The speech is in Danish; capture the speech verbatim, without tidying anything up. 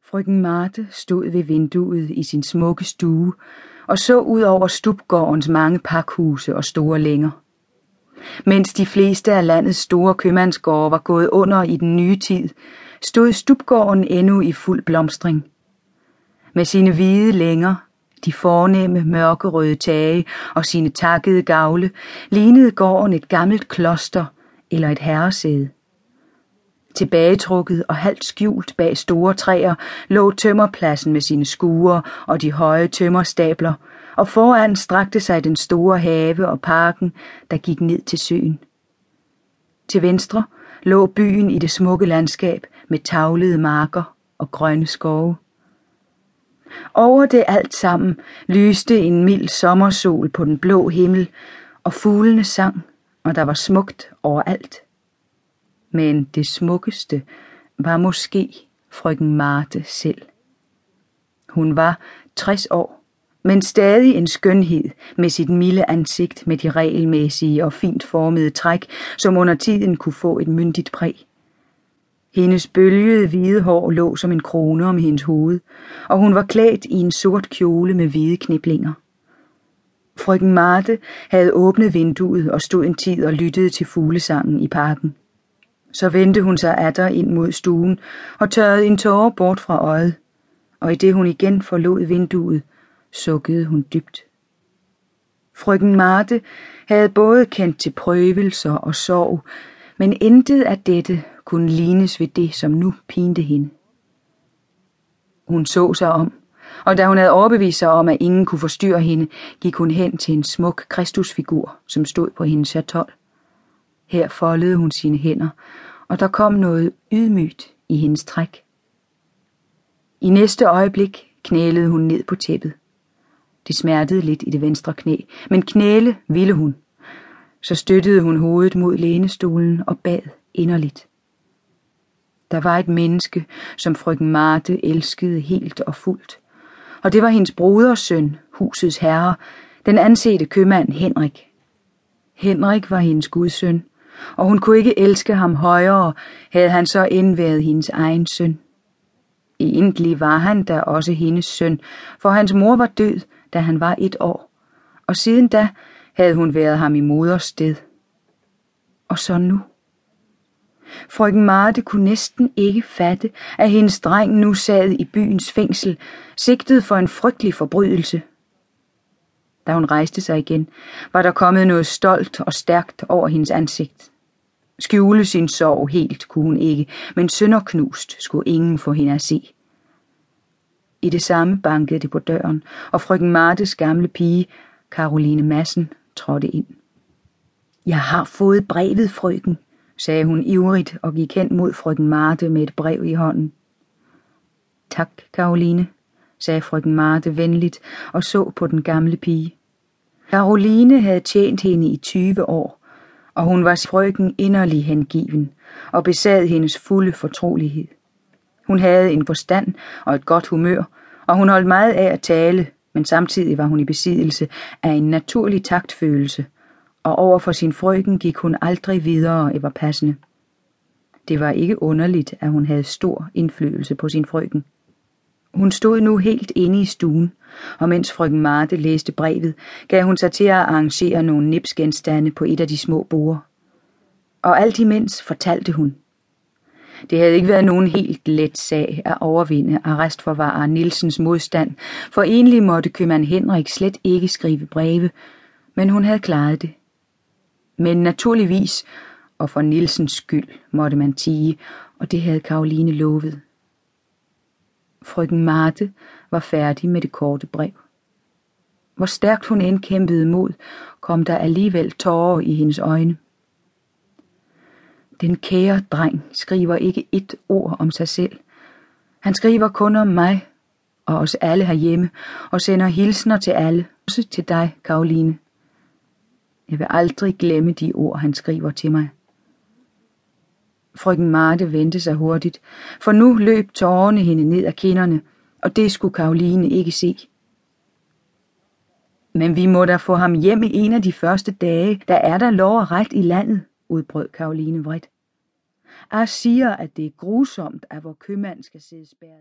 Frøken Marthe stod ved vinduet i sin smukke stue og så ud over stubgårdens mange pakhuse og store længer. Mens de fleste af landets store købmandsgårde var gået under i den nye tid, stod stubgården endnu i fuld blomstring. Med sine hvide længer, de fornemme mørkerøde tage og sine takkede gavle, lignede gården et gammelt kloster eller et herresæde. Tilbagetrukket og halvt skjult bag store træer lå tømmerpladsen med sine skure og de høje tømmerstabler, og foran strakte sig den store have og parken, der gik ned til søen. Til venstre lå byen i det smukke landskab med tavlede marker og grønne skove. Over det alt sammen lyste en mild sommersol på den blå himmel, og fuglene sang, og der var smukt overalt. Men det smukkeste var måske frøken Marthe selv. Hun var tres år, men stadig en skønhed med sit milde ansigt med de regelmæssige og fint formede træk, som under tiden kunne få et myndigt præg. Hendes bølgede hvide hår lå som en krone om hendes hoved, og hun var klædt i en sort kjole med hvide kniplinger. Frøken Marthe havde åbnet vinduet og stod en tid og lyttede til fuglesangen i parken. Så vendte hun sig atter ind mod stuen og tørrede en tåre bort fra øjet, og i det hun igen forlod vinduet, sukkede hun dybt. Frøken Marthe havde både kendt til prøvelser og sorg, men intet af dette kunne lignes ved det, som nu pinte hende. Hun så sig om, og da hun havde overbevist sig om, at ingen kunne forstyrre hende, gik hun hen til en smuk kristusfigur, som stod på hendes chatol. Her foldede hun sine hænder, og der kom noget ydmygt i hendes træk. I næste øjeblik knælede hun ned på tæppet. Det smertede lidt i det venstre knæ, men knæle ville hun. Så støttede hun hovedet mod lænestolen og bad inderligt. Der var et menneske, som frøken Marthe elskede helt og fuldt, og det var hendes broders søn, husets herre, den ansete købmand Henrik. Henrik var hendes gudsøn, og hun kunne ikke elske ham højere, havde han så end været hendes egen søn. Egentlig var han da også hendes søn, for hans mor var død, da han var et år, og siden da havde hun været ham i moders sted. Og så nu. Frøken Marthe kunne næsten ikke fatte, at hendes dreng nu sad i byens fængsel, sigtet for en frygtelig forbrydelse. Da hun rejste sig igen, var der kommet noget stolt og stærkt over hendes ansigt. Skjule sin sorg helt kunne hun ikke, men sønderknust skulle ingen få hende at se. I det samme bankede det på døren, og frøken Marthes gamle pige, Caroline Madsen, trådte ind. "Jeg har fået brevet, frøken," sagde hun ivrigt og gik hen mod frøken Marthe med et brev i hånden. "Tak, Caroline," sagde frøken Marthe venligt og så på den gamle pige. Caroline havde tjent hende i tyve år, og hun var frøken inderlig hengiven og besad hendes fulde fortrolighed. Hun havde en forstand og et godt humør, og hun holdt meget af at tale, men samtidig var hun i besiddelse af en naturlig taktfølelse, og over for sin frøken gik hun aldrig videre end var passende. Det var ikke underligt, at hun havde stor indflydelse på sin frøken. Hun stod nu helt inde i stuen, og mens frøken Marthe læste brevet, gav hun sig til at arrangere nogle nipsgenstande på et af de små borde. Og alt imens fortalte hun. Det havde ikke været nogen helt let sag at overvinde arrestforvarer Nielsens modstand, for egentlig måtte købmand Henrik slet ikke skrive breve, men hun havde klaret det. Men naturligvis, og for Nielsens skyld, måtte man tie, og det havde Caroline lovet. Frøken Marthe var færdig med det korte brev. Hvor stærkt hun end kæmpede mod, kom der alligevel tårer i hendes øjne. Den kære dreng skriver ikke et ord om sig selv. Han skriver kun om mig og os alle herhjemme, og sender hilsner til alle, også til dig, Caroline. Jeg vil aldrig glemme de ord, han skriver til mig. Frøken Marthe vendte sig hurtigt, for nu løb tårerne hende ned ad kinderne, og det skulle Caroline ikke se. Men vi må da få ham hjem i en af de første dage, der er der lov og ret i landet, udbrød Caroline vredt. Jeg siger, at det er grusomt, at vor købmand skal sidde spærret.